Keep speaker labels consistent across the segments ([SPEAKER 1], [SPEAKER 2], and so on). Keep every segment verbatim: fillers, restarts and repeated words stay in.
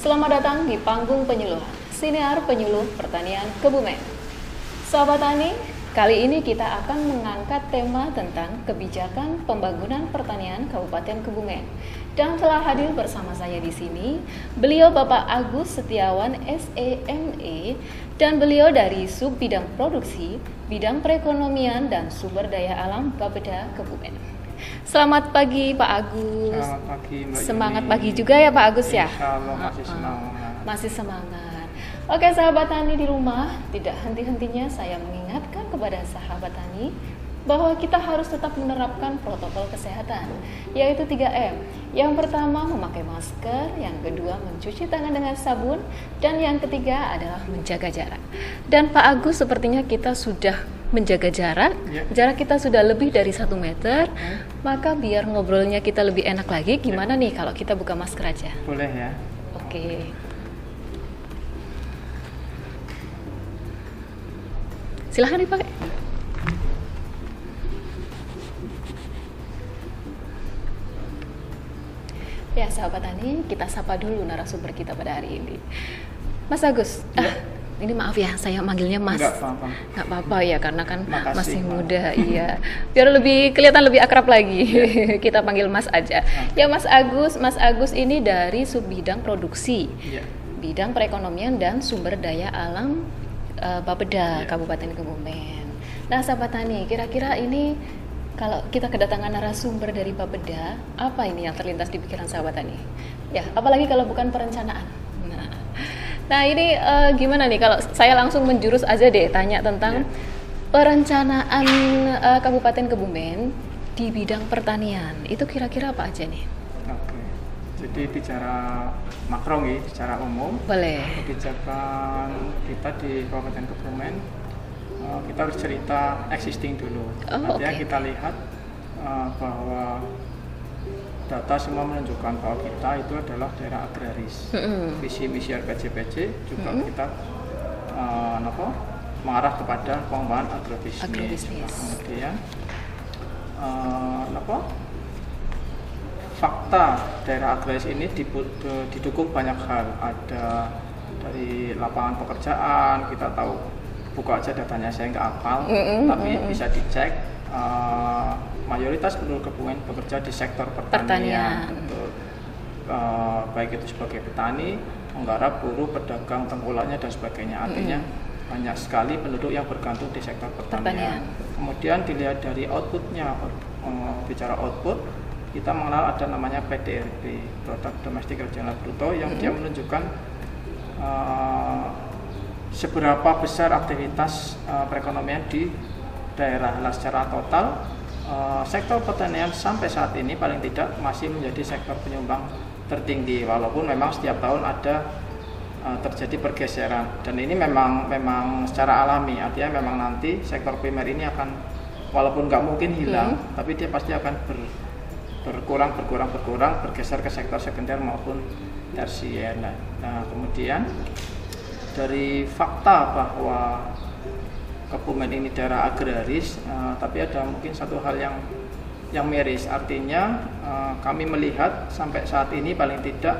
[SPEAKER 1] Selamat datang di panggung penyuluhan, Siniar Penyuluh Pertanian Kebumen. Sahabat Tani, kali ini kita akan mengangkat tema tentang kebijakan pembangunan pertanian Kabupaten Kebumen. Dan telah hadir bersama saya di sini, beliau Bapak Agus Setiawan S E M E dan beliau dari Sub Bidang Produksi, Bidang Perekonomian dan Sumber Daya Alam Bapeda Kebumen. Selamat pagi Pak Agus.
[SPEAKER 2] Selamat pagi Mbak
[SPEAKER 1] Semangat
[SPEAKER 2] Yuni.
[SPEAKER 1] pagi juga ya Pak Agus ya.
[SPEAKER 2] Insya Allah masih
[SPEAKER 1] Uh-uh.
[SPEAKER 2] semangat.
[SPEAKER 1] Masih semangat. Oke sahabat tani di rumah, tidak henti-hentinya saya mengingatkan kepada sahabat tani bahwa kita harus tetap menerapkan protokol kesehatan, yaitu tiga M. Yang pertama memakai masker, yang kedua mencuci tangan dengan sabun, dan yang ketiga adalah menjaga jarak. Dan Pak Agus sepertinya kita sudah menjaga jarak,
[SPEAKER 2] Ya.
[SPEAKER 1] jarak kita sudah lebih dari satu meter, hmm. maka biar ngobrolnya kita lebih enak lagi, gimana ya. nih kalau kita buka masker aja?
[SPEAKER 2] Boleh ya.
[SPEAKER 1] Oke. Silahkan dipakai. Ya sahabat tani, kita sapa dulu narasumber kita pada hari ini. Mas Agus,
[SPEAKER 2] Ya.
[SPEAKER 1] ah, ini maaf ya, saya manggilnya Mas.
[SPEAKER 2] Enggak apa-apa.
[SPEAKER 1] Nggak apa-apa ya, karena kan
[SPEAKER 2] Makasih,
[SPEAKER 1] masih
[SPEAKER 2] Pak.
[SPEAKER 1] muda, iya. Biar lebih kelihatan lebih akrab lagi,
[SPEAKER 2] Ya.
[SPEAKER 1] kita panggil Mas aja. Ya Mas Agus, Mas Agus ini dari Sub Bidang Produksi,
[SPEAKER 2] Iya.
[SPEAKER 1] Bidang Perekonomian dan Sumber Daya Alam uh, Bapeda
[SPEAKER 2] Ya.
[SPEAKER 1] Kabupaten Kebumen. Nah sahabat tani, kira-kira ini kalau kita kedatangan narasumber dari Bapeda, apa ini yang terlintas di pikiran sahabat tani? Ya, apalagi kalau bukan perencanaan. Nah, nah ini uh, gimana nih kalau saya langsung menjurus aja deh tanya tentang
[SPEAKER 2] Ya.
[SPEAKER 1] perencanaan uh, Kabupaten Kebumen di bidang pertanian. Itu kira-kira apa aja nih?
[SPEAKER 2] Oke. Jadi bicara makro nih, bicara umum.
[SPEAKER 1] Boleh.
[SPEAKER 2] Kebijakan kita di Kabupaten Kebumen, uh, kita harus cerita existing dulu.
[SPEAKER 1] Oh,
[SPEAKER 2] Artinya
[SPEAKER 1] oke.
[SPEAKER 2] kita lihat uh, bahwa data semua menunjukkan bahwa kita itu adalah daerah agraris.
[SPEAKER 1] Mm-mm.
[SPEAKER 2] Visi misi R P J P J juga
[SPEAKER 1] Mm-mm.
[SPEAKER 2] kita uh, apa, mengarah kepada pengembangan agrobisnis.
[SPEAKER 1] Agrobisnis.
[SPEAKER 2] Kemudian uh, apa, fakta daerah agraris ini dibu- de- didukung banyak hal. Ada dari lapangan pekerjaan, kita tahu, buka aja datanya saya nggak hafal,
[SPEAKER 1] Mm-mm,
[SPEAKER 2] tapi
[SPEAKER 1] mm-mm.
[SPEAKER 2] bisa dicek. Uh, mayoritas penduduk Kebumen bekerja di sektor pertanian,
[SPEAKER 1] Pertanian.
[SPEAKER 2] Betul. Uh, baik itu sebagai petani, penggarap, buruh, pedagang, tengkulaknya dan sebagainya. Artinya
[SPEAKER 1] Mm-mm.
[SPEAKER 2] banyak sekali penduduk yang bergantung di sektor pertanian.
[SPEAKER 1] Pertanian.
[SPEAKER 2] Kemudian dilihat dari outputnya, uh, bicara output, kita mengenal ada namanya P D R B, Produk Domestik Regional Bruto, yang
[SPEAKER 1] Mm-hmm.
[SPEAKER 2] dia menunjukkan uh, seberapa besar aktivitas uh, perekonomian di daerah. Nah, secara total uh, sektor pertanian sampai saat ini paling tidak masih menjadi sektor penyumbang tertinggi, walaupun memang setiap tahun ada uh, terjadi pergeseran, dan ini memang memang secara alami. Artinya memang nanti sektor primer ini akan, walaupun nggak mungkin hilang,
[SPEAKER 1] Hmm.
[SPEAKER 2] tapi dia pasti akan ber, berkurang berkurang berkurang bergeser ke sektor sekunder maupun tersier. Nah, nah kemudian dari fakta bahwa Kebumen ini daerah agraris, uh, tapi ada mungkin satu hal yang yang miris. Artinya uh, kami melihat sampai saat ini paling tidak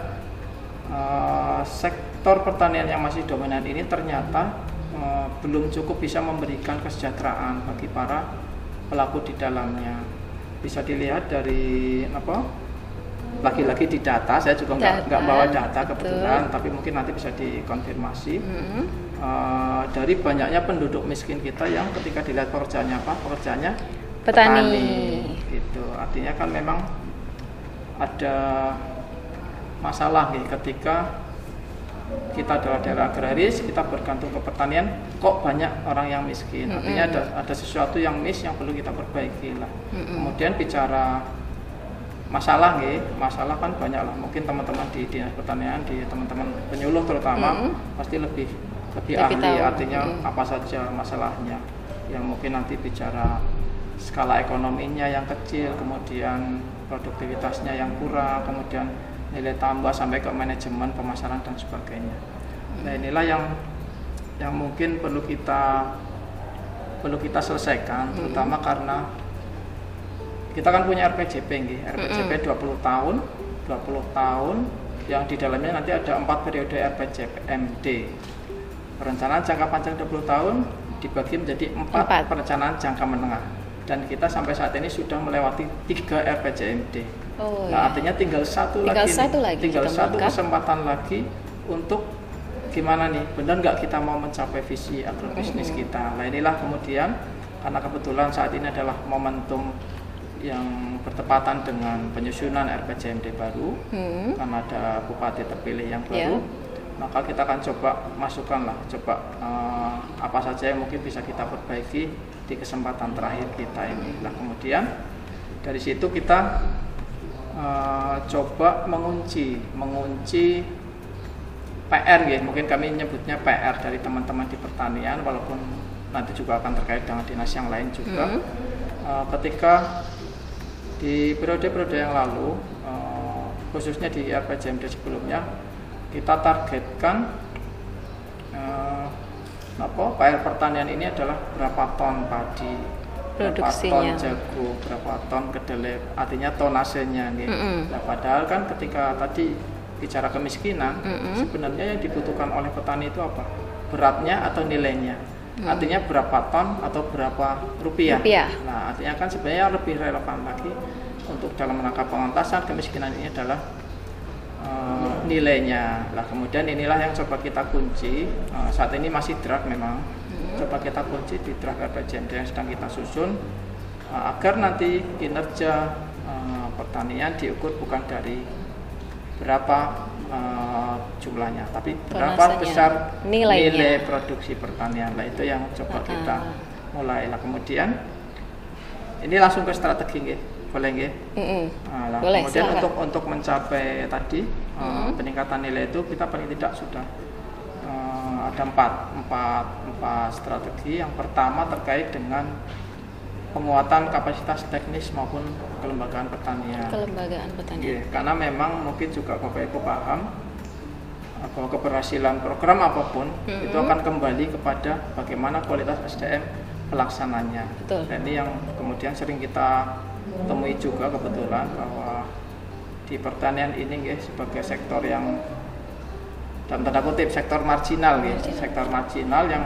[SPEAKER 2] uh, sektor pertanian yang masih dominan ini ternyata uh, belum cukup bisa memberikan kesejahteraan bagi para pelaku di dalamnya. Bisa dilihat dari apa? Lagi-lagi di data, saya juga nggak nggak bawa data kebetulan,
[SPEAKER 1] betul.
[SPEAKER 2] tapi mungkin nanti bisa dikonfirmasi.
[SPEAKER 1] Mm-mm.
[SPEAKER 2] Uh, dari banyaknya penduduk miskin kita yang ketika dilihat pekerjaannya apa, pekerjaannya
[SPEAKER 1] Petani.
[SPEAKER 2] gitu. Artinya kan memang ada masalah nih ketika kita adalah daerah agraris, kita bergantung ke pertanian, kok banyak orang yang miskin. Artinya ada ada sesuatu yang miss yang perlu kita perbaiki lah.
[SPEAKER 1] Mm-mm.
[SPEAKER 2] Kemudian bicara masalah nih, masalah kan banyak lah. Mungkin teman-teman di dinas pertanian, di teman-teman penyuluh terutama
[SPEAKER 1] Mm-mm.
[SPEAKER 2] pasti lebih lebih,
[SPEAKER 1] Lebih
[SPEAKER 2] ahli.
[SPEAKER 1] tahu.
[SPEAKER 2] Artinya
[SPEAKER 1] Mm-mm.
[SPEAKER 2] apa saja masalahnya. Yang mungkin nanti bicara skala ekonominya yang kecil, kemudian produktivitasnya yang kurang, kemudian nilai tambah sampai ke manajemen pemasaran dan sebagainya. Nah, inilah yang yang mungkin perlu kita perlu kita selesaikan, terutama karena kita kan punya R P J P nggih, R P J P dua puluh tahun, dua puluh tahun yang di dalamnya nanti ada empat periode R P J M D. Perencanaan jangka panjang dua puluh tahun dibagi menjadi empat,
[SPEAKER 1] Empat.
[SPEAKER 2] perencanaan jangka menengah. Dan kita sampai saat ini sudah melewati tiga R P J M D.
[SPEAKER 1] Oh,
[SPEAKER 2] Nah,
[SPEAKER 1] ya.
[SPEAKER 2] artinya tinggal satu
[SPEAKER 1] Tinggal
[SPEAKER 2] lagi,
[SPEAKER 1] satu
[SPEAKER 2] nih.
[SPEAKER 1] lagi
[SPEAKER 2] tinggal
[SPEAKER 1] kita
[SPEAKER 2] satu
[SPEAKER 1] melengkap.
[SPEAKER 2] kesempatan lagi untuk gimana nih, benar nggak kita mau mencapai visi agrobisnis
[SPEAKER 1] Mm-hmm.
[SPEAKER 2] kita. Nah, inilah kemudian karena kebetulan saat ini adalah momentum yang bertepatan dengan penyusunan R P J M D baru,
[SPEAKER 1] Hmm.
[SPEAKER 2] karena ada bupati terpilih yang
[SPEAKER 1] Ya.
[SPEAKER 2] baru, maka kita akan coba masukkan lah, coba eh, apa saja yang mungkin bisa kita perbaiki di kesempatan terakhir kita ini. Nah, kemudian dari situ kita eh, coba mengunci, mengunci P R ya, mungkin kami menyebutnya P R dari teman-teman di pertanian, walaupun nanti juga akan terkait dengan dinas yang lain juga.
[SPEAKER 1] Hmm.
[SPEAKER 2] Eh, ketika di periode-periode yang lalu, eh, khususnya di R P J M D sebelumnya, kita targetkan eh, apa P R pertanian ini adalah berapa ton padi, berapa ton
[SPEAKER 1] Produksinya.
[SPEAKER 2] jagung, berapa ton kedelai, artinya tonasenya gitu.
[SPEAKER 1] Mm-mm.
[SPEAKER 2] Nah, padahal kan ketika tadi bicara kemiskinan,
[SPEAKER 1] Mm-mm.
[SPEAKER 2] sebenarnya yang dibutuhkan oleh petani itu apa? Beratnya atau nilainya? Artinya berapa ton atau berapa rupiah?
[SPEAKER 1] Rupiah.
[SPEAKER 2] Nah, artinya kan sebenarnya lebih relevan lagi untuk dalam rangka pengentasan kemiskinan ini adalah uh, nilainya. Lah, kemudian inilah yang coba kita kunci. Uh, saat ini masih draft memang. Coba kita kunci di draft R P J M D yang sedang kita susun uh, agar nanti kinerja uh, pertanian diukur bukan dari berapa uh, jumlahnya, tapi berapa
[SPEAKER 1] Tonasenya,
[SPEAKER 2] besar
[SPEAKER 1] nilainya.
[SPEAKER 2] nilai produksi pertanian. Nah, itu yang coba
[SPEAKER 1] Ah.
[SPEAKER 2] kita mulai. Lah, kemudian ini langsung ke strategi nggih. Boleh nggih?
[SPEAKER 1] Mm-mm.
[SPEAKER 2] Nah, lah,
[SPEAKER 1] Boleh,
[SPEAKER 2] kemudian
[SPEAKER 1] silakan.
[SPEAKER 2] untuk untuk mencapai tadi uh,
[SPEAKER 1] Mhm.
[SPEAKER 2] peningkatan nilai itu kita paling tidak sudah uh, ada empat, empat, empat strategi. Yang pertama terkait dengan penguatan kapasitas teknis maupun kelembagaan pertanian.
[SPEAKER 1] Kelembagaan pertanian.
[SPEAKER 2] Iya, karena memang mungkin juga Bapak Ibu paham uh, bahwa keberhasilan program apapun
[SPEAKER 1] Mhm.
[SPEAKER 2] itu akan kembali kepada bagaimana kualitas S D M pelaksananya.
[SPEAKER 1] Betul.
[SPEAKER 2] Dan ini yang kemudian sering kita temui juga kebetulan bahwa di pertanian ini guys, sebagai sektor yang dalam tanda kutip sektor marginal, guys,
[SPEAKER 1] Marginal.
[SPEAKER 2] sektor marginal yang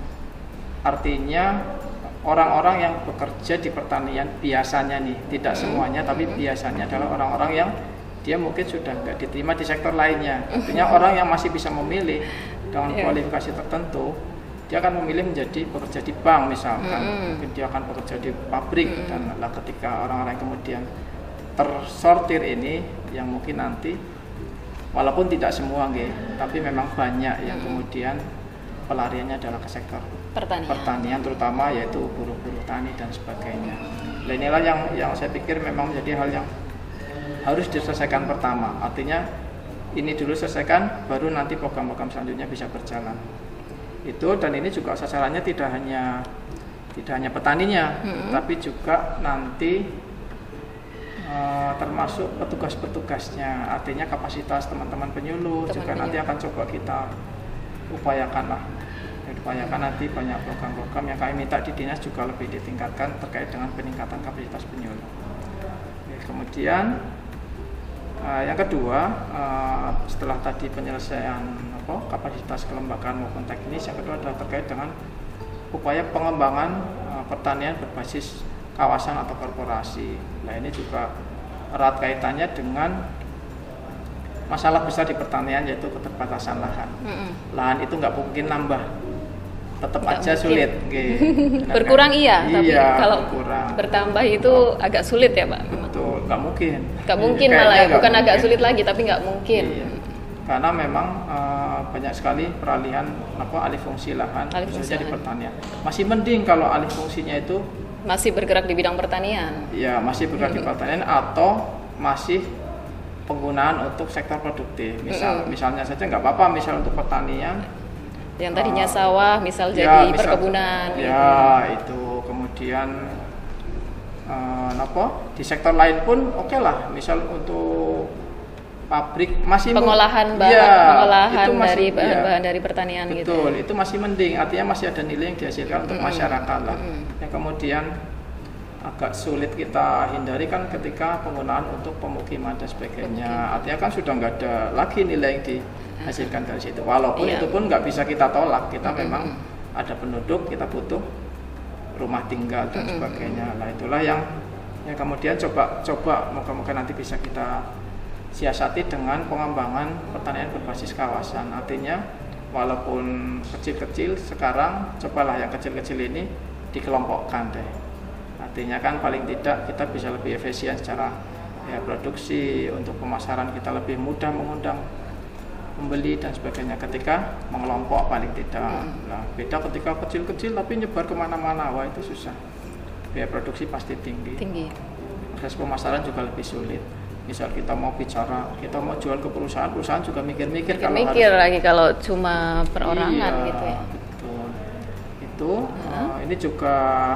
[SPEAKER 2] artinya orang-orang yang bekerja di pertanian biasanya nih, tidak semuanya, tapi biasanya adalah orang-orang yang dia mungkin sudah nggak diterima di sektor lainnya. Artinya orang yang masih bisa memilih dengan
[SPEAKER 1] Iya.
[SPEAKER 2] kualifikasi tertentu, dia akan memilih menjadi bekerja di bank misalkan,
[SPEAKER 1] Mm-mm.
[SPEAKER 2] mungkin dia akan bekerja di pabrik.
[SPEAKER 1] Mm-mm.
[SPEAKER 2] Dan lah ketika orang-orang kemudian tersortir ini, yang mungkin nanti walaupun tidak semua nggih, tapi memang banyak yang
[SPEAKER 1] Mm-mm.
[SPEAKER 2] kemudian pelariannya adalah ke sektor
[SPEAKER 1] Pertanian.
[SPEAKER 2] pertanian, terutama yaitu buruh-buruh tani dan sebagainya. Nah, inilah yang yang saya pikir memang menjadi hal yang harus diselesaikan pertama. Artinya ini dulu selesaikan, baru nanti program-program selanjutnya bisa berjalan. Itu, dan ini juga sasarannya tidak hanya tidak hanya petaninya,
[SPEAKER 1] Mm-mm.
[SPEAKER 2] tapi juga nanti eh, termasuk petugas-petugasnya. Artinya kapasitas teman-teman penyuluh
[SPEAKER 1] Teman
[SPEAKER 2] juga nanti
[SPEAKER 1] penyuluh.
[SPEAKER 2] akan coba kita upayakan lah. Upayakan nanti banyak program-program yang kami minta di dinas juga lebih ditingkatkan terkait dengan peningkatan kapasitas penyuluh. Oke, kemudian uh, yang kedua, uh, setelah tadi penyelesaian apa, kapasitas kelembagaan maupun teknis, yang kedua adalah terkait dengan upaya pengembangan uh, pertanian berbasis kawasan atau korporasi. Nah, ini juga erat kaitannya dengan masalah besar di pertanian, yaitu keterbatasan lahan.
[SPEAKER 1] Mm-mm.
[SPEAKER 2] Lahan itu nggak mungkin nambah, tetap
[SPEAKER 1] Nggak
[SPEAKER 2] aja
[SPEAKER 1] mungkin.
[SPEAKER 2] sulit. Nggih. Benar
[SPEAKER 1] Berkurang
[SPEAKER 2] kan?
[SPEAKER 1] iya, tapi
[SPEAKER 2] Iya,
[SPEAKER 1] kalau
[SPEAKER 2] berkurang.
[SPEAKER 1] bertambah itu agak sulit ya, Pak.
[SPEAKER 2] Betul, nggak mungkin.
[SPEAKER 1] Nggak mungkin
[SPEAKER 2] Kayaknya
[SPEAKER 1] malah ya,
[SPEAKER 2] nggak
[SPEAKER 1] bukan agak
[SPEAKER 2] mungkin.
[SPEAKER 1] sulit lagi, tapi nggak mungkin.
[SPEAKER 2] Iya. Karena memang uh, banyak sekali peralihan apa alih fungsi lahan,
[SPEAKER 1] Alih fungsi
[SPEAKER 2] khususnya di
[SPEAKER 1] lahan.
[SPEAKER 2] pertanian. Masih mending kalau alih fungsinya itu
[SPEAKER 1] Masih bergerak di bidang pertanian.
[SPEAKER 2] ya masih bergerak di pertanian atau masih penggunaan untuk sektor produktif. Misal,
[SPEAKER 1] Mm-mm.
[SPEAKER 2] misalnya saja nggak apa-apa, misal untuk pertanian.
[SPEAKER 1] Yang tadinya
[SPEAKER 2] Ah,
[SPEAKER 1] sawah, misal
[SPEAKER 2] ya,
[SPEAKER 1] jadi
[SPEAKER 2] misal-
[SPEAKER 1] perkebunan. gitu.
[SPEAKER 2] Ya, itu kemudian eh, apa? Di sektor lain pun oke lah. Misal untuk pabrik masih meng-
[SPEAKER 1] Pengolahan bahan,
[SPEAKER 2] ya,
[SPEAKER 1] pengolahan
[SPEAKER 2] itu masih-
[SPEAKER 1] dari
[SPEAKER 2] ya.
[SPEAKER 1] bahan-bahan dari pertanian gitu.
[SPEAKER 2] Betul, itu masih mending, artinya masih ada nilai yang dihasilkan untuk
[SPEAKER 1] Mm-mm.
[SPEAKER 2] masyarakat lah.
[SPEAKER 1] Mm-mm.
[SPEAKER 2] Yang kemudian agak sulit kita hindari kan ketika penggunaan untuk pemukiman dan sebagainya. Artinya kan sudah nggak ada lagi nilai yang dihasilkan dari situ. Walaupun
[SPEAKER 1] Iya.
[SPEAKER 2] itu pun nggak bisa kita tolak. Kita
[SPEAKER 1] Mm-mm.
[SPEAKER 2] memang ada penduduk, kita butuh rumah tinggal dan
[SPEAKER 1] Mm-mm.
[SPEAKER 2] sebagainya. Nah itulah yang yang kemudian coba coba moga-moga nanti bisa kita siasati dengan pengembangan pertanian berbasis kawasan. Artinya walaupun kecil-kecil sekarang cobalah yang kecil-kecil ini dikelompokkan deh. Artinya kan paling tidak kita bisa lebih efisien secara ya, produksi, untuk pemasaran kita lebih mudah mengundang pembeli dan sebagainya ketika mengelompok paling tidak.
[SPEAKER 1] Hmm.
[SPEAKER 2] Nah, beda ketika kecil-kecil tapi nyebar kemana-mana, wah itu susah. Biaya produksi pasti tinggi.
[SPEAKER 1] Tinggi.
[SPEAKER 2] Proses pemasaran juga lebih sulit. Misal kita mau bicara, kita mau jual ke perusahaan, perusahaan juga mikir-mikir kalau
[SPEAKER 1] Mikir
[SPEAKER 2] harus
[SPEAKER 1] lagi kalau cuma perorangan
[SPEAKER 2] iya,
[SPEAKER 1] gitu ya.
[SPEAKER 2] betul. Itu
[SPEAKER 1] Uh-huh.
[SPEAKER 2] uh, ini juga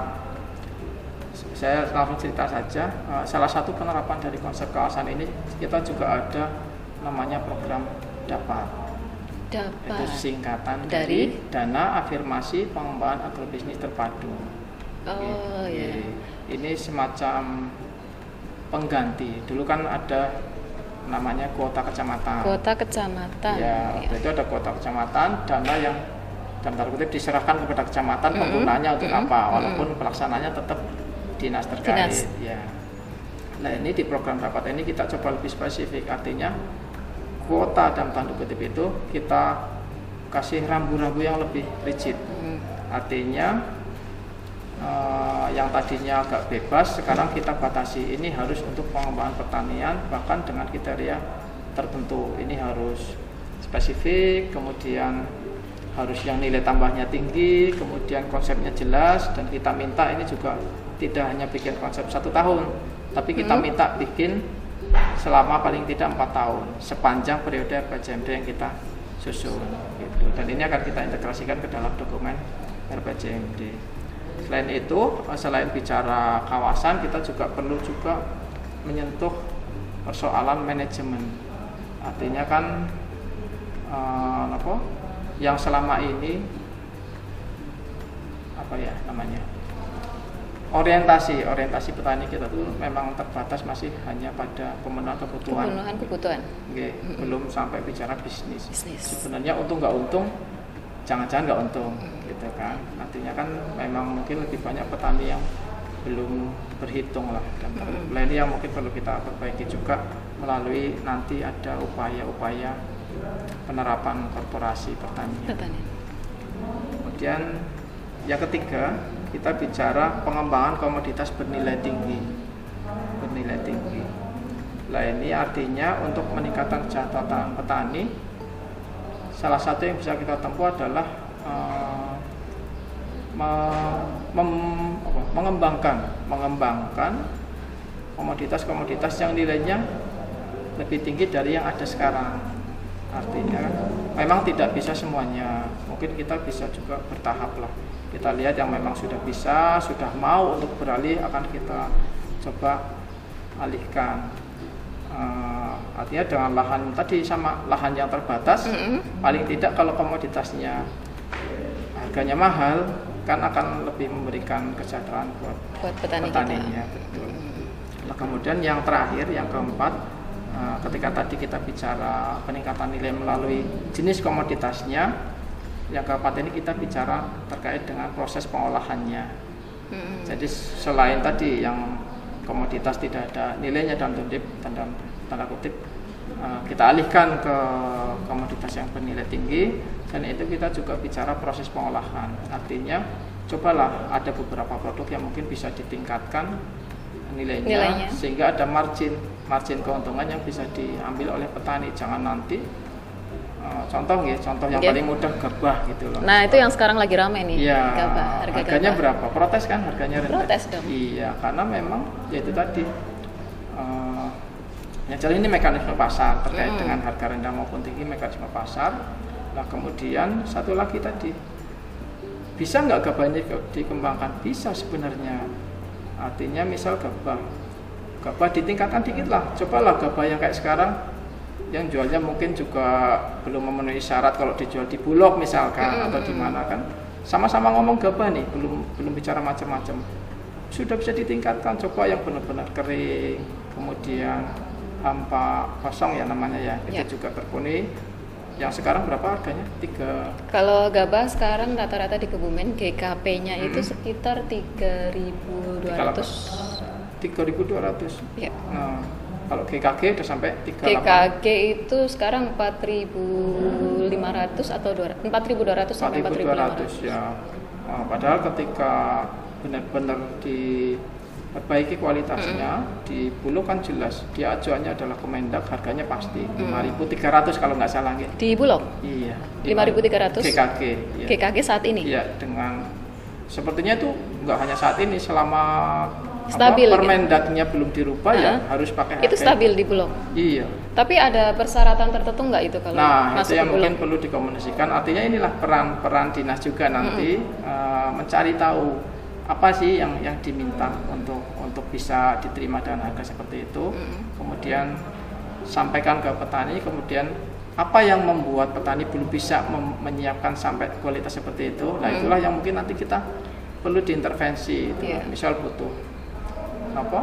[SPEAKER 2] saya langsung cerita saja. Uh, salah satu penerapan dari konsep kawasan ini kita juga ada namanya program DAPAT. Itu
[SPEAKER 1] Dapat.
[SPEAKER 2] singkatan
[SPEAKER 1] Dari?
[SPEAKER 2] dari Dana Afirmasi Pengembangan Agrobisnis Terpadu.
[SPEAKER 1] Oh
[SPEAKER 2] Oke.
[SPEAKER 1] ya.
[SPEAKER 2] Ini semacam pengganti. Dulu kan ada namanya kuota kecamatan.
[SPEAKER 1] Kota kecamatan.
[SPEAKER 2] Ya, waktu itu ada kuota kecamatan, dana yang dalam tanda kutip diserahkan kepada kecamatan,
[SPEAKER 1] Mm-mm.
[SPEAKER 2] penggunaannya untuk
[SPEAKER 1] Mm-mm.
[SPEAKER 2] apa, walaupun pelaksananya tetap dinas terkait.
[SPEAKER 1] Dinas.
[SPEAKER 2] Ya. Nah ini di program rapat ini kita coba lebih spesifik, artinya kuota dalam tanda kutip itu kita kasih rambu-rambu yang lebih rigid.
[SPEAKER 1] Hmm.
[SPEAKER 2] Artinya eh, yang tadinya agak bebas sekarang kita batasi, ini harus untuk pengembangan pertanian bahkan dengan kriteria tertentu. Ini harus spesifik, kemudian harus yang nilai tambahnya tinggi, kemudian konsepnya jelas, dan kita minta ini juga tidak hanya bikin konsep satu tahun, tapi kita
[SPEAKER 1] Hmm.
[SPEAKER 2] minta bikin selama paling tidak empat tahun sepanjang periode R P J M D yang kita susun gitu. Dan ini akan kita integrasikan ke dalam dokumen R P J M D. Selain itu, selain bicara kawasan, kita juga perlu juga menyentuh persoalan manajemen. Artinya kan eh, apa yang selama ini apa ya namanya orientasi orientasi petani kita tuh memang terbatas, masih hanya pada pemenuhan kebutuhan.
[SPEAKER 1] Pemenuhan kebutuhan.
[SPEAKER 2] Oke,
[SPEAKER 1] Mm-mm.
[SPEAKER 2] belum sampai bicara bisnis.
[SPEAKER 1] Bisnis.
[SPEAKER 2] Sebenarnya untung nggak untung, jangan-jangan nggak untung, gitu kan. Artinya kan memang mungkin lebih banyak petani yang belum berhitung lah. Dan
[SPEAKER 1] Mm-mm.
[SPEAKER 2] nah, ini yang mungkin perlu kita perbaiki juga melalui nanti ada upaya-upaya penerapan korporasi pertanian.
[SPEAKER 1] Pertanian.
[SPEAKER 2] Kemudian yang ketiga, kita bicara pengembangan komoditas bernilai tinggi. Bernilai tinggi. Nah ini artinya untuk meningkatkan kesejahteraan petani, salah satu yang bisa kita tempuh adalah uh, me- mem- apa, mengembangkan, mengembangkan komoditas-komoditas yang nilainya lebih tinggi dari yang ada sekarang. Artinya memang tidak bisa semuanya, mungkin kita bisa juga bertahap lah. Kita lihat yang memang sudah bisa, sudah mau untuk beralih, akan kita coba alihkan. Uh, artinya dengan lahan tadi sama lahan yang terbatas,
[SPEAKER 1] Mm-mm.
[SPEAKER 2] paling tidak kalau komoditasnya harganya mahal, kan akan lebih memberikan kesejahteraan buat
[SPEAKER 1] Buat petani
[SPEAKER 2] petaninya.
[SPEAKER 1] kita.
[SPEAKER 2] Betul. Nah, kemudian yang terakhir, yang keempat, uh, ketika tadi kita bicara peningkatan nilai melalui jenis komoditasnya, yang keempat ini kita bicara terkait dengan proses pengolahannya.
[SPEAKER 1] Mm-mm.
[SPEAKER 2] Jadi selain tadi yang komoditas tidak ada nilainya dalam tanda, tanda, tanda kutip, uh, kita alihkan ke komoditas yang bernilai tinggi, dan itu kita juga bicara proses pengolahan. Artinya cobalah ada beberapa produk yang mungkin bisa ditingkatkan nilainya,
[SPEAKER 1] Nilainya.
[SPEAKER 2] sehingga ada margin margin keuntungan yang bisa diambil oleh petani. Jangan nanti uh, contoh ya, contoh yang
[SPEAKER 1] Yeah.
[SPEAKER 2] paling mudah gabah gitu loh.
[SPEAKER 1] Nah itu yang sekarang lagi rame nih.
[SPEAKER 2] Iya,
[SPEAKER 1] Gabah, harga
[SPEAKER 2] harganya
[SPEAKER 1] gabah.
[SPEAKER 2] berapa? Protes kan harganya rendah.
[SPEAKER 1] Protes dong.
[SPEAKER 2] Iya, karena memang ya itu tadi. Uh, ya jadi ini mekanisme pasar terkait
[SPEAKER 1] Mm.
[SPEAKER 2] dengan harga rendah maupun tinggi, mekanisme pasar. Nah kemudian satu lagi tadi, bisa nggak gabah ini ke- dikembangkan? Bisa sebenarnya. Artinya misal gabah, gabah ditingkatkan dikit lah. Cobalah gabah yang kayak sekarang, yang jualnya mungkin juga belum memenuhi syarat kalau dijual di Bulog misalkan,
[SPEAKER 1] Mm.
[SPEAKER 2] atau di mana kan, sama-sama ngomong gabah nih, belum belum bicara macam-macam. sudah bisa ditingkatkan, coba yang benar-benar kering, kemudian hampa kosong ya namanya ya,
[SPEAKER 1] ya.
[SPEAKER 2] itu juga terpenuhi. Yang sekarang berapa harganya? Tiga.
[SPEAKER 1] Kalau gabah sekarang rata-rata di Kebumen G K P-nya hmm. itu sekitar tiga ribu dua ratus.
[SPEAKER 2] tiga ribu dua ratus.
[SPEAKER 1] Ya.
[SPEAKER 2] Nah, kalau G K G udah sampai tiga ribu
[SPEAKER 1] G
[SPEAKER 2] delapan ratus.
[SPEAKER 1] K G itu sekarang empat ribu lima ratus atau empat ribu dua ratus sampai empat ribu lima ratus.
[SPEAKER 2] Ya. Nah, padahal ketika benar-benar diperbaiki kualitasnya, mm. di Bulog kan jelas dia acuannya adalah Kemendak, harganya pasti mm. lima ribu tiga ratus kalau nggak salah gitu.
[SPEAKER 1] Di Bulog?
[SPEAKER 2] Iya.
[SPEAKER 1] lima ribu tiga ratus?
[SPEAKER 2] G K G. Ya.
[SPEAKER 1] G K G saat ini?
[SPEAKER 2] Iya, dengan sepertinya itu nggak hanya saat ini, selama
[SPEAKER 1] stabil,
[SPEAKER 2] apa, Permendaknya gitu? Belum dirubah uh-huh. ya harus pakai harga.
[SPEAKER 1] Itu stabil di Bulog?
[SPEAKER 2] Iya.
[SPEAKER 1] Tapi ada persyaratan tertentu nggak itu kalau
[SPEAKER 2] nah,
[SPEAKER 1] masuk
[SPEAKER 2] itu yang
[SPEAKER 1] ke Bulog?
[SPEAKER 2] Mungkin perlu dikomunikasikan. Artinya inilah peran-peran dinas juga nanti mm-hmm. uh, mencari tahu apa sih yang yang diminta untuk untuk bisa diterima dengan harga seperti itu. Mm-hmm. Kemudian sampaikan ke petani, kemudian apa yang membuat petani belum bisa mem- menyiapkan sampai kualitas seperti itu. Nah, itulah mm-hmm. yang mungkin nanti kita perlu diintervensi. Itu. Yeah. Misal butuh apa?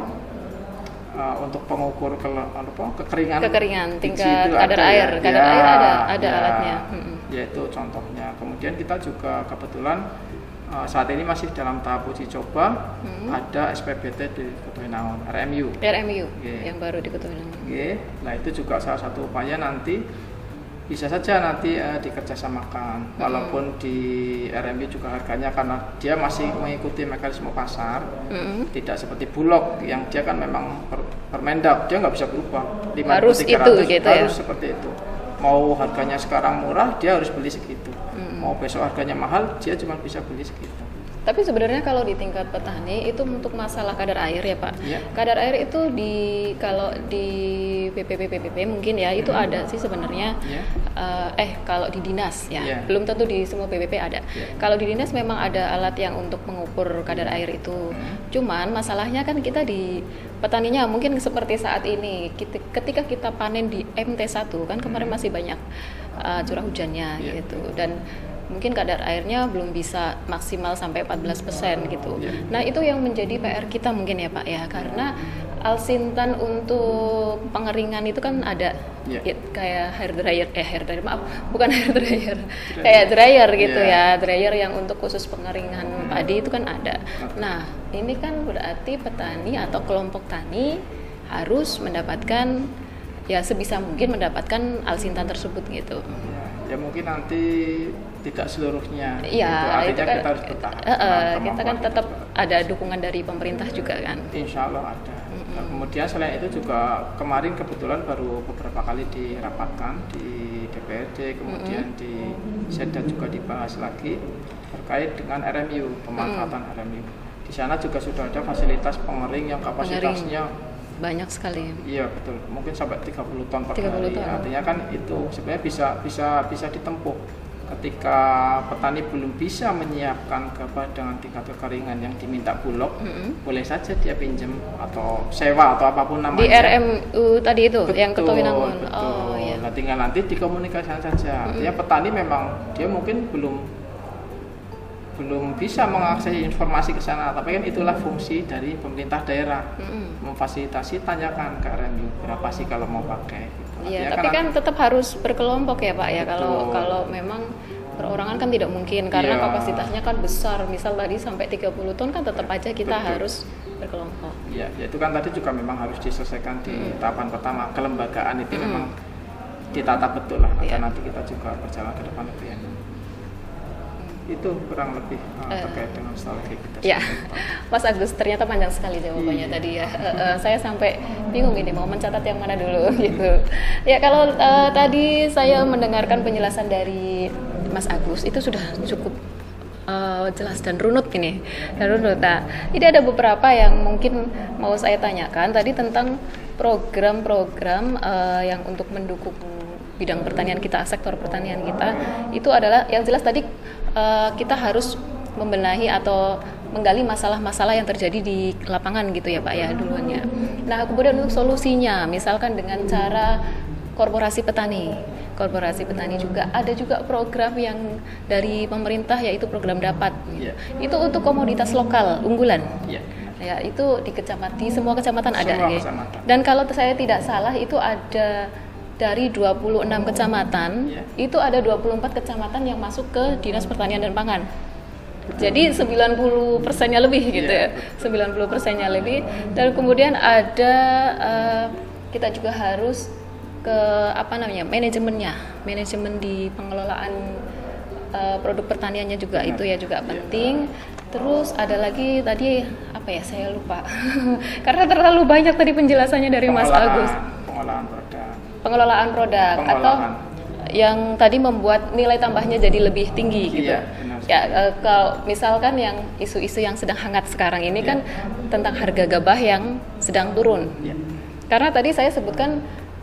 [SPEAKER 2] Uh, untuk pengukur ke, apa, kekeringan,
[SPEAKER 1] kekeringan tingkat kadar air, ya, kadar ya, air ada ada
[SPEAKER 2] ya,
[SPEAKER 1] alatnya.
[SPEAKER 2] Ya itu contohnya. Kemudian kita juga kebetulan uh, saat ini masih dalam tahap uji coba, hmm. ada S P B T di Ketuinaon, R M U.
[SPEAKER 1] R M U yeah. yang baru di Ketuinaon.
[SPEAKER 2] Yeah. Nah itu juga salah satu upaya nanti bisa saja nanti uh, dikerjasamakan, hmm. walaupun di R M U juga harganya karena dia masih mengikuti mekanisme pasar, hmm. tidak seperti Bulog yang dia kan memang per, Permendak, dia nggak bisa berubah.
[SPEAKER 1] Harus itu gitu
[SPEAKER 2] harus
[SPEAKER 1] ya?
[SPEAKER 2] Seperti itu. Mau harganya sekarang murah, dia harus beli segitu. Hmm. Mau besok harganya mahal, dia cuma bisa beli segitu.
[SPEAKER 1] Tapi sebenarnya kalau di tingkat petani itu untuk masalah kadar air ya Pak.
[SPEAKER 2] Ya.
[SPEAKER 1] Kadar air itu di kalau di P P P P P P mungkin ya itu hmm. ada sih sebenarnya. Ya. Uh, eh kalau di dinas ya, ya. Belum tentu di semua P P P ada. Ya. Kalau di dinas memang ada alat yang untuk mengukur kadar air itu. Hmm. Cuman masalahnya kan kita di petaninya mungkin seperti saat ini ketika kita panen di M T satu kan kemarin masih banyak uh, curah hujannya ya. Gitu dan mungkin kadar airnya belum bisa maksimal sampai empat belas persen gitu. Yeah. Nah itu yang menjadi P R kita mungkin ya Pak ya, karena alsintan untuk pengeringan itu kan ada yeah. ya, kayak hair dryer, eh hair dryer maaf bukan hair dryer, dryer. kayak dryer gitu yeah. ya, dryer yang untuk khusus pengeringan padi itu kan ada. Nah ini kan berarti petani atau kelompok tani harus mendapatkan ya sebisa mungkin mendapatkan alsintan tersebut gitu.
[SPEAKER 2] Ya mungkin nanti tidak seluruhnya.
[SPEAKER 1] Iya,
[SPEAKER 2] gitu. Artinya
[SPEAKER 1] itu kan,
[SPEAKER 2] kita harus bertahan.
[SPEAKER 1] Uh, uh, kita kan tetap kita ada dukungan dari pemerintah juga kan.
[SPEAKER 2] Insya Allah ada. Mm-hmm. Nah, kemudian selain itu juga kemarin kebetulan baru beberapa kali dirapatkan di D P R D, kemudian mm-hmm. di Setda juga dibahas lagi terkait dengan R M U, pemanfaatan mm-hmm. R M U. Di sana juga sudah ada fasilitas pengering yang kapasitasnya
[SPEAKER 1] pengering. Banyak sekali.
[SPEAKER 2] Iya betul, mungkin sampai tiga puluh ton per
[SPEAKER 1] tiga puluh
[SPEAKER 2] hari.
[SPEAKER 1] Ton.
[SPEAKER 2] Artinya kan itu sebenarnya bisa bisa bisa ditempuh ketika petani belum bisa menyiapkan gabah dengan tingkat kekeringan yang diminta Bulog, mm-hmm. boleh saja dia pinjam atau sewa atau apapun namanya.
[SPEAKER 1] Di R M U tadi itu
[SPEAKER 2] betul,
[SPEAKER 1] yang Ketuinaon.
[SPEAKER 2] Oh iya. Nah tinggal nanti dikomunikasikan saja. Mm-hmm. Artinya petani memang dia mungkin belum belum bisa mengakses informasi ke sana, tapi kan itulah fungsi dari pemerintah daerah, mm-hmm. memfasilitasi, tanyakan ke R M U berapa sih kalau mau pakai.
[SPEAKER 1] Iya, tapi kan, kan tetap harus berkelompok ya Pak ya. Betul. Kalau kalau memang perorangan kan tidak mungkin karena yeah. kapasitasnya kan besar. Misal tadi sampai tiga puluh ton kan tetap aja kita Betul. harus berkelompok. Iya,
[SPEAKER 2] ya itu kan tadi juga memang harus diselesaikan di mm. tahapan pertama. Kelembagaan itu mm. memang ditata betul lah agar yeah. nanti kita juga berjalan ke depan lebih enak. Itu kurang lebih uh, terkait uh, dengan strategi kita.
[SPEAKER 1] Ya, Mas Agus ternyata panjang sekali jawabannya iya. tadi ya. Uh, uh, saya sampai bingung ini mau mencatat yang mana dulu gitu. Ya kalau uh, tadi saya mendengarkan penjelasan dari Mas Agus itu sudah cukup uh, jelas dan runut ini. Dan runut. Nah, ini ada beberapa yang mungkin mau saya tanyakan tadi tentang program-program uh, yang untuk mendukung bidang pertanian kita, sektor pertanian kita itu adalah yang jelas tadi uh, kita harus membenahi atau menggali masalah-masalah yang terjadi di lapangan gitu ya Pak ya duluannya. Nah kemudian untuk solusinya misalkan dengan cara korporasi petani, korporasi petani juga ada juga program yang dari pemerintah yaitu program dapat. Yeah. Itu untuk komoditas lokal unggulan. Yeah. Ya, itu di kecamatan, di semua kecamatan ada.
[SPEAKER 2] Semua
[SPEAKER 1] ya.
[SPEAKER 2] kecamatan.
[SPEAKER 1] Dan kalau saya tidak salah itu ada dari dua puluh enam kecamatan,
[SPEAKER 2] ya.
[SPEAKER 1] itu ada dua puluh empat kecamatan yang masuk ke Dinas Pertanian dan Pangan. Jadi sembilan puluh persennya lebih gitu ya, ya. sembilan puluh persennya lebih. Dan kemudian ada uh, kita juga harus ke apa namanya manajemennya, manajemen di pengelolaan uh, produk pertaniannya juga. Benar. Itu ya juga penting. Ya. Terus ada lagi tadi apa ya, saya lupa karena terlalu banyak tadi penjelasannya dari Mas Agus.
[SPEAKER 2] Pengelolaan produk.
[SPEAKER 1] Pengelolaan produk pengelolaan. Atau yang tadi membuat nilai tambahnya jadi lebih tinggi gitu.
[SPEAKER 2] Iya,
[SPEAKER 1] ya e, kalau misalkan yang isu-isu yang sedang hangat sekarang ini iya. kan tentang harga gabah yang sedang turun. Iya. Karena tadi saya sebutkan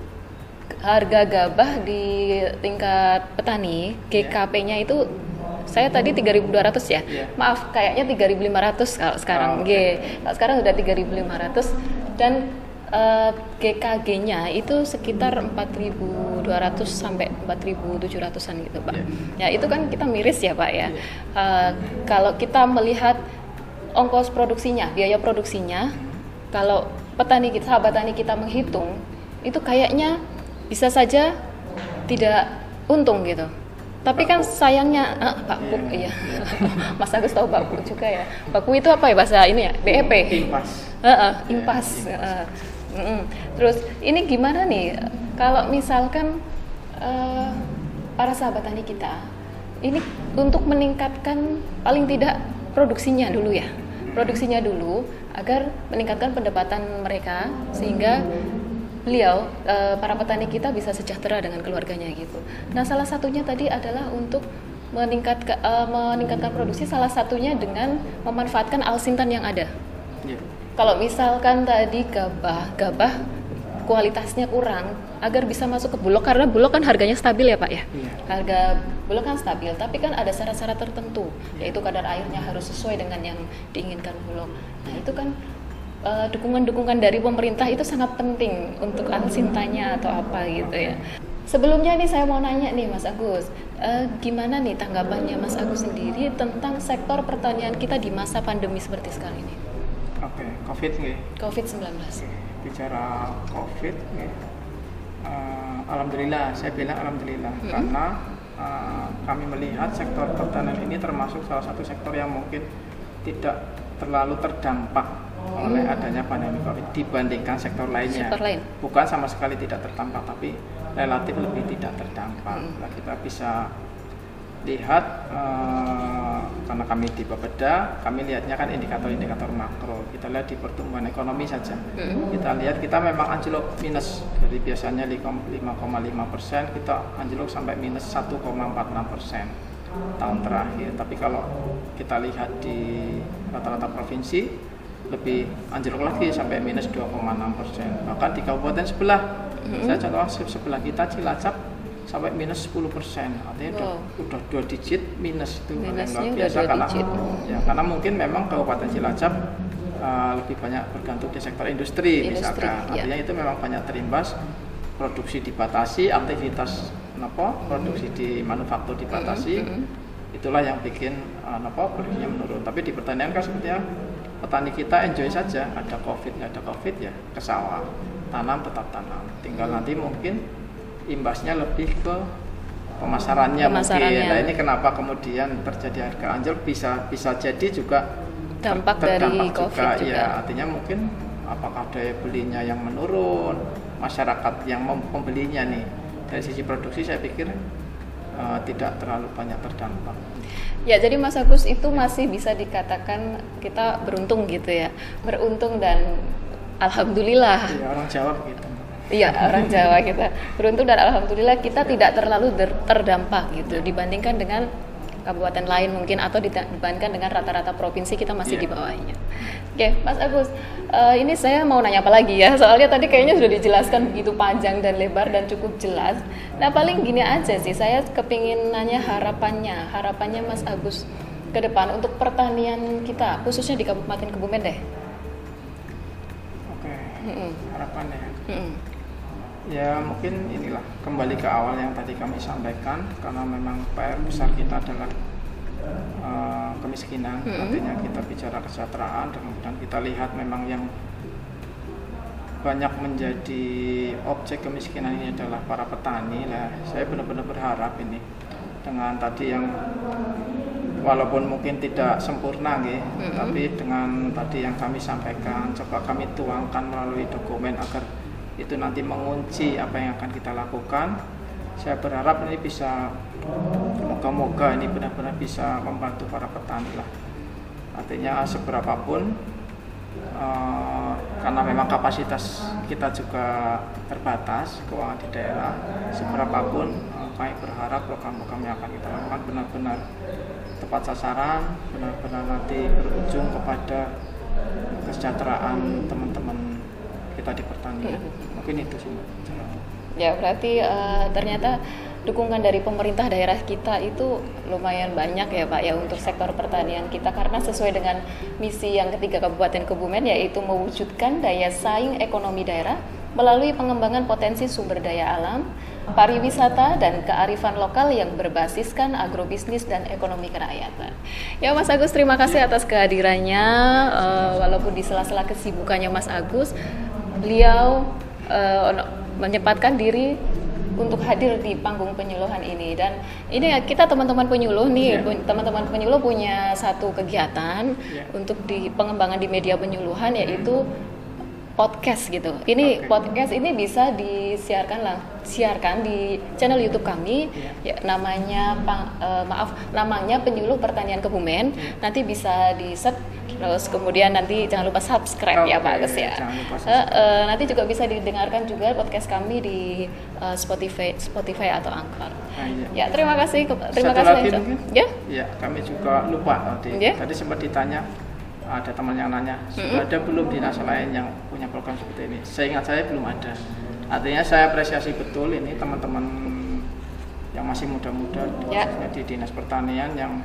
[SPEAKER 1] harga gabah di tingkat petani G K P-nya itu saya tadi tiga ribu dua ratus ya. Yeah. Maaf, kayaknya tiga ribu lima ratus kalau sekarang. Oh, okay. G. Kalau sekarang udah tiga ribu lima ratus dan uh, G K G-nya itu sekitar empat ribu dua ratus sampai empat ribu tujuh ratusan gitu, Pak. Yeah. Ya, itu kan kita miris ya, Pak ya. Yeah. Uh, kalau kita melihat ongkos produksinya, biaya produksinya, kalau petani kita, sahabat tani kita menghitung, itu kayaknya bisa saja tidak untung gitu. Tapi kan sayangnya, ah, baku, iya, Mas Agus tahu baku juga ya. Baku itu apa ya bahasa ini ya? B E P.
[SPEAKER 2] Impas.
[SPEAKER 1] Uh, uh, impas. Uh, uh, uh. Terus ini gimana nih? Kalau misalkan uh, para sahabat tani kita, ini untuk meningkatkan paling tidak produksinya dulu ya, produksinya dulu agar meningkatkan pendapatan mereka sehingga beliau, e, para petani kita bisa sejahtera dengan keluarganya gitu. Nah, salah satunya tadi adalah untuk meningkat, e, meningkatkan produksi, salah satunya dengan memanfaatkan alsintan yang ada. Yeah. Kalau misalkan tadi gabah, gabah kualitasnya kurang, agar bisa masuk ke Bulog, karena Bulog kan harganya stabil ya Pak ya. Yeah. Harga Bulog kan stabil, tapi kan ada syarat-syarat tertentu, yeah. yaitu kadar airnya harus sesuai dengan yang diinginkan Bulog. Nah, itu kan Uh, dukungan-dukungan dari pemerintah itu sangat penting untuk alsintanya atau apa gitu ya. Sebelumnya nih saya mau nanya nih Mas Agus, uh, gimana nih tanggapannya Mas Agus sendiri tentang sektor pertanian kita di masa pandemi seperti sekarang ini?
[SPEAKER 2] Oke, okay. COVID nih.
[SPEAKER 1] covid sembilan belas.
[SPEAKER 2] Bicara COVID nih, uh, alhamdulillah, saya bilang alhamdulillah hmm. karena uh, kami melihat sektor pertanian ini termasuk salah satu sektor yang mungkin tidak terlalu terdampak oleh adanya pandemi COVID dibandingkan sektor lainnya.
[SPEAKER 1] Sektor lain.
[SPEAKER 2] Bukan sama sekali tidak terdampak, tapi relatif lebih tidak terdampak. Hmm. Nah, kita bisa lihat uh, karena kami di Bapeda, kami lihatnya kan indikator-indikator makro. Kita lihat di pertumbuhan ekonomi saja. Hmm. Kita lihat kita memang anjlok minus dari biasanya lima koma lima persen, kita anjlok sampai minus satu koma empat enam persen tahun terakhir. Tapi kalau kita lihat di rata-rata provinsi lebih anjlok lagi sampai minus dua koma enam persen. Bahkan di kabupaten sebelah, mm-hmm. saya contoh sebelah kita Cilacap sampai minus sepuluh persen. Artinya wow. udah, udah dua digit minus itu yang luar biasa karena ya karena mungkin memang kabupaten Cilacap uh, lebih banyak bergantung di sektor industri, industri misalkan. Ya. Artinya itu memang banyak terimbas, produksi dibatasi, aktivitas apa produksi di manufaktur dibatasi. Mm-hmm. Itulah yang bikin uh, apa produksinya menurun. Tapi di pertanian kan sepertinya petani kita enjoy saja, ada COVID nggak ada COVID ya ke sawah, tanam tetap tanam. Tinggal nanti mungkin imbasnya lebih ke pemasarannya, pemasarannya. mungkin. Nah ini kenapa kemudian terjadi harga anjlok bisa bisa jadi juga
[SPEAKER 1] dampak ter- dari COVID juga. juga.
[SPEAKER 2] Ya, artinya mungkin apakah daya belinya yang menurun, masyarakat yang membelinya nih dari sisi produksi saya pikir uh, tidak terlalu banyak terdampak.
[SPEAKER 1] Ya, jadi Mas Agus itu masih bisa dikatakan kita beruntung gitu ya, beruntung dan alhamdulillah.
[SPEAKER 2] Iya, orang Jawa begitu.
[SPEAKER 1] Iya, orang Jawa kita beruntung dan alhamdulillah kita tidak terlalu terdampak gitu dibandingkan dengan kabupaten lain mungkin atau dibandingkan dengan rata-rata provinsi kita masih yeah. di bawahnya. Oke, Mas Agus, uh, ini saya mau nanya apa lagi ya? Soalnya tadi kayaknya sudah dijelaskan begitu panjang dan lebar dan cukup jelas. Nah, paling gini aja sih, saya kepingin nanya harapannya, harapannya Mas Agus ke depan untuk pertanian kita, khususnya di Kabupaten Kebumen deh.
[SPEAKER 2] Oke, mm-hmm. harapannya.
[SPEAKER 1] Mm-hmm.
[SPEAKER 2] Ya mungkin inilah kembali ke awal yang tadi kami sampaikan, karena memang P R besar kita adalah uh, kemiskinan, hmm. artinya kita bicara kesejahteraan, dan kemudian kita lihat memang yang banyak menjadi objek kemiskinan ini adalah para petani. Lah, saya benar-benar berharap ini dengan tadi yang walaupun mungkin tidak sempurna, gitu, mm-hmm. tapi dengan tadi yang kami sampaikan, coba kami tuangkan melalui dokumen agar itu nanti mengunci apa yang akan kita lakukan. Saya berharap ini bisa, moga-moga ini benar-benar bisa membantu para petani lah. Artinya seberapapun, uh, karena memang kapasitas kita juga terbatas, keuangan di daerah, seberapapun uh, kami berharap program-program yang akan kita lakukan benar-benar tepat sasaran, benar-benar nanti berujung kepada kesejahteraan teman-teman kita di pertanian. Mungkin itu sih, Mbak.
[SPEAKER 1] Ya, berarti uh, ternyata dukungan dari pemerintah daerah kita itu lumayan banyak ya Pak ya untuk sektor pertanian kita, karena sesuai dengan misi yang ketiga Kabupaten Kebumen, yaitu mewujudkan daya saing ekonomi daerah melalui pengembangan potensi sumber daya alam, pariwisata, dan kearifan lokal yang berbasiskan agrobisnis dan ekonomi kerakyatan. Ya Mas Agus, terima kasih atas kehadirannya, uh, walaupun di sela-sela kesibukannya Mas Agus, beliau uh, menyempatkan diri untuk hadir di panggung penyuluhan ini. Dan ini kita teman-teman penyuluh nih, yeah. teman-teman penyuluh punya satu kegiatan yeah. untuk di pengembangan di media penyuluhan, yaitu podcast gitu. Ini okay. podcast ini bisa disiarkan lah, siarkan di channel YouTube kami, yeah. ya, namanya uh, maaf namanya Penyuluh Pertanian Kebumen. Yeah. Nanti bisa di set, terus kemudian nanti jangan lupa subscribe, okay. ya Pak Agus ya. Uh, uh, nanti juga bisa didengarkan juga podcast kami di uh, Spotify, Spotify atau Anchor. Nah, iya. Ya, terima kasih, terima
[SPEAKER 2] Satu
[SPEAKER 1] kasih.
[SPEAKER 2] Lagi mungkin? Ya. Ya, kami juga lupa tadi. Yeah. Tadi sempat ditanya. Ada teman yang nanya, sudah mm-hmm. ada belum dinas lain yang punya program seperti ini? Saya ingat saya belum ada. Artinya saya apresiasi betul ini teman-teman yang masih muda-muda, yeah. khususnya di dinas pertanian, yang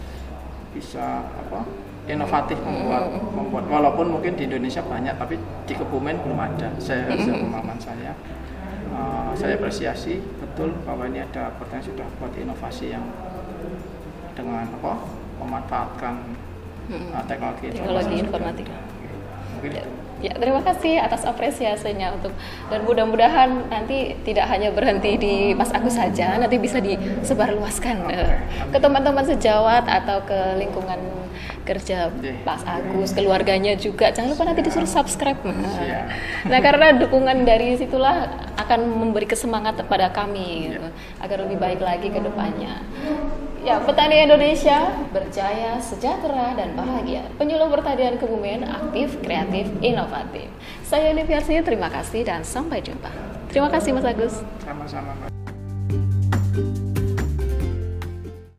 [SPEAKER 2] bisa apa inovatif membuat mm-hmm. membuat walaupun mungkin di Indonesia banyak, tapi di Kebumen belum ada. Saya rasa mm-hmm. pemahaman saya, uh, saya apresiasi betul bahwa ini ada potensi sudah buat inovasi yang dengan apa memanfaatkan Hmm. teknologi,
[SPEAKER 1] teknologi informatika. Ya, ya, terima kasih atas apresiasinya untuk, dan mudah-mudahan nanti tidak hanya berhenti di Mas Agus saja, nanti bisa disebarluaskan okay. ke teman-teman sejawat atau ke lingkungan kerja Mas Agus, keluarganya juga. Jangan lupa nanti disuruh subscribe. Nah, nah karena dukungan dari situlah akan memberi kesemangat kepada kami gitu, agar lebih baik lagi ke depannya. Ya, petani Indonesia berjaya, sejahtera, dan bahagia. Penyuluh Pertanian Kebumen aktif, kreatif, inovatif. Saya Liviarsi, terima kasih dan sampai jumpa. Terima kasih Mas Agus.
[SPEAKER 2] Sama-sama, Mbak.